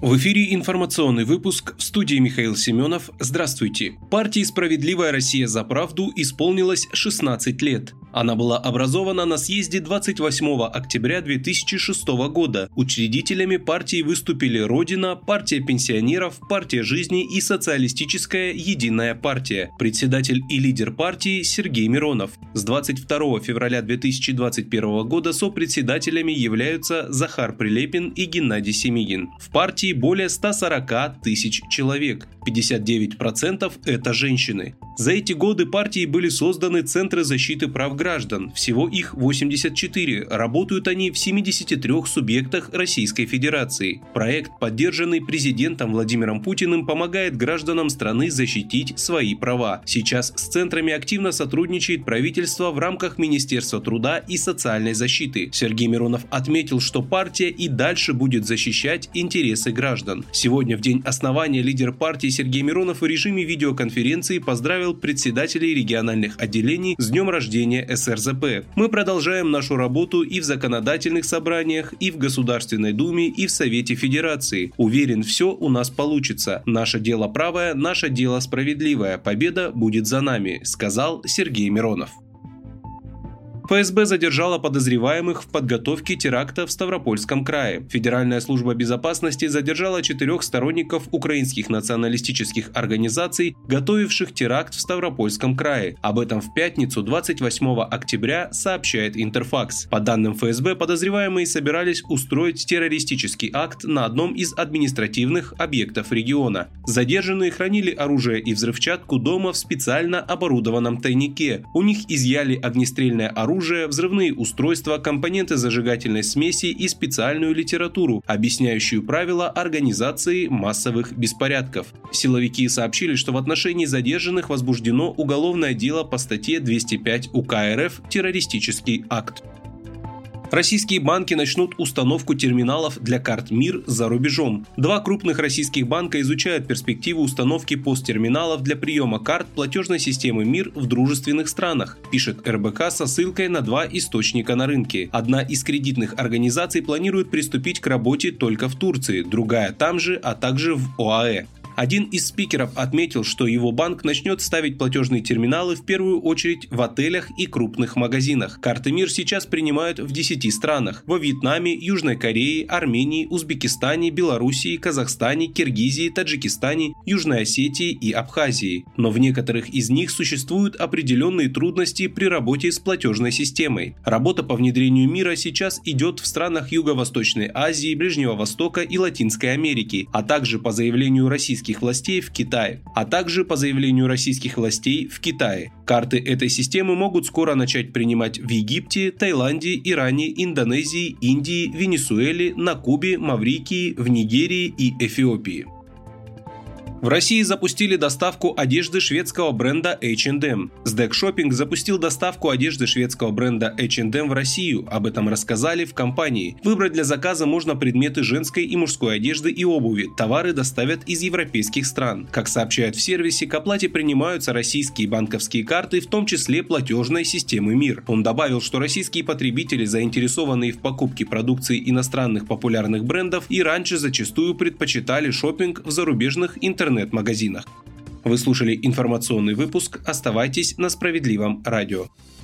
В эфире информационный выпуск, в студии Михаил Семенов. Здравствуйте. Партии «Справедливая Россия за правду» исполнилось 16 лет. Она была образована на съезде 28 октября 2006 года. Учредителями партии выступили Родина, партия пенсионеров, партия жизни и социалистическая единая партия. Председатель и лидер партии Сергей Миронов. С 22 февраля 2021 года сопредседателями являются Захар Прилепин и Геннадий Семигин. В партии более 140 тысяч человек. 59% – это женщины. За эти годы партии были созданы Центры защиты прав граждан. Всего их 84. Работают они в 73 субъектах Российской Федерации. Проект, поддержанный президентом Владимиром Путиным, помогает гражданам страны защитить свои права. Сейчас с центрами активно сотрудничает правительство в рамках Министерства труда и социальной защиты. Сергей Миронов отметил, что партия и дальше будет защищать интересы граждан. Сегодня, в день основания, лидер партии Сергей Миронов в режиме видеоконференции поздравил председателей региональных отделений с днем рождения СРЗП. Мы продолжаем нашу работу и в законодательных собраниях, и в Государственной Думе, и в Совете Федерации. Уверен, все у нас получится. Наше дело правое, наше дело справедливое. Победа будет за нами, сказал Сергей Миронов. ФСБ задержала подозреваемых в подготовке теракта в Ставропольском крае. Федеральная служба безопасности задержала 4 сторонников украинских националистических организаций, готовивших теракт в Ставропольском крае. Об этом в пятницу, 28 октября, сообщает Интерфакс. По данным ФСБ, подозреваемые собирались устроить террористический акт на одном из административных объектов региона. Задержанные хранили оружие и взрывчатку дома в специально оборудованном тайнике. У них изъяли огнестрельное оружие, взрывные устройства, компоненты зажигательной смеси и специальную литературу, объясняющую правила организации массовых беспорядков. Силовики сообщили, что в отношении задержанных возбуждено уголовное дело по статье 205 УК РФ «Террористический акт». Российские банки начнут установку терминалов для карт МИР за рубежом. 2 крупных российских банка изучают перспективы установки посттерминалов для приема карт платежной системы МИР в дружественных странах, пишет РБК со ссылкой на 2 источника на рынке. Одна из кредитных организаций планирует приступить к работе только в Турции, другая там же, а также в ОАЭ. Один из спикеров отметил, что его банк начнет ставить платежные терминалы в первую очередь в отелях и крупных магазинах. Карты МИР сейчас принимают в 10 странах – во Вьетнаме, Южной Корее, Армении, Узбекистане, Белоруссии, Казахстане, Киргизии, Таджикистане, Южной Осетии и Абхазии. Но в некоторых из них существуют определенные трудности при работе с платежной системой. Работа по внедрению МИРа сейчас идет в странах Юго-Восточной Азии, Ближнего Востока и Латинской Америки, а также по заявлению российских властей в Китае. Карты этой системы могут скоро начать принимать в Египте, Таиланде, Иране, Индонезии, Индии, Венесуэле, на Кубе, Маврикии, в Нигерии и Эфиопии. В России запустили доставку одежды шведского бренда H&M. SDEC Shopping запустил доставку одежды шведского бренда H&M в Россию. Об этом рассказали в компании. Выбрать для заказа можно предметы женской и мужской одежды и обуви. Товары доставят из европейских стран. Как сообщают в сервисе, к оплате принимаются российские банковские карты, в том числе платежной системы МИР. Он добавил, что российские потребители, заинтересованные в покупке продукции иностранных популярных брендов, и раньше зачастую предпочитали шопинг в зарубежных интернет-магазинах. Вы слушали информационный выпуск. Оставайтесь на Справедливом радио.